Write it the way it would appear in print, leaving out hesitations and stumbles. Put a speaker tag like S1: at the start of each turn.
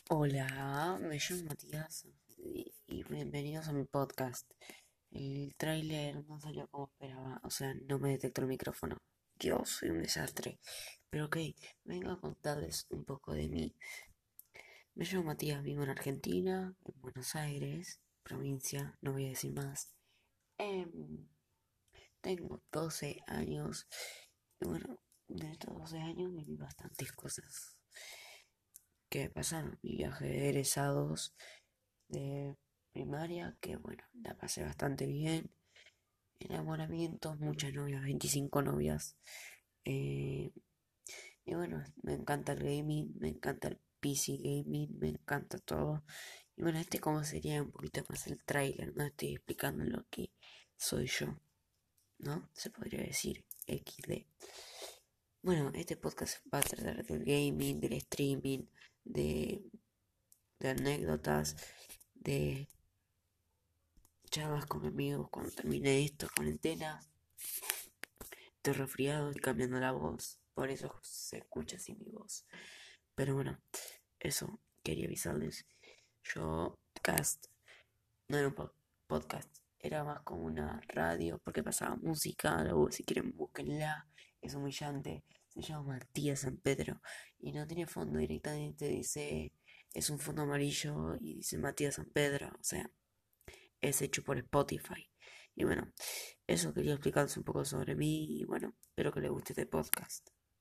S1: Hola, me llamo Matías y bienvenidos a mi podcast. El tráiler no salió como esperaba, o sea, no me detectó el micrófono. Dios, soy un desastre. Pero ok, vengo a contarles un poco de mí. Me llamo Matías, vivo en Argentina, en Buenos Aires, provincia, no voy a decir más. Em, Tengo 12 años y bueno, de estos 12 años viví bastantes cosas que pasaron. Mi viaje de egresados de primaria, que bueno, la pasé bastante bien. Enamoramientos, muchas novias, 25 novias. Eh, y bueno, me encanta el gaming, me encanta el PC gaming, me encanta todo. Y bueno, este como sería un poquito más el trailer, ¿no? Estoy explicando lo que soy yo, ¿no? Se podría decir XD. Bueno, este podcast va a tratar del gaming, del streaming, de, de anécdotas, de charlas con amigos cuando termine esto, cuarentena. Estoy resfriado y cambiando la voz, por eso se escucha así mi voz. Pero bueno, eso quería avisarles. Yo, cast, no era un podcast, era más como una radio porque pasaba música, luego si quieren búsquenla, es humillante. Se llama Matías San Pedro y no tiene fondo, directamente dice, es un fondo amarillo y dice Matías San Pedro, o sea, es hecho por Spotify. Y bueno, eso quería explicarles un poco sobre mí y bueno, espero que les guste este podcast.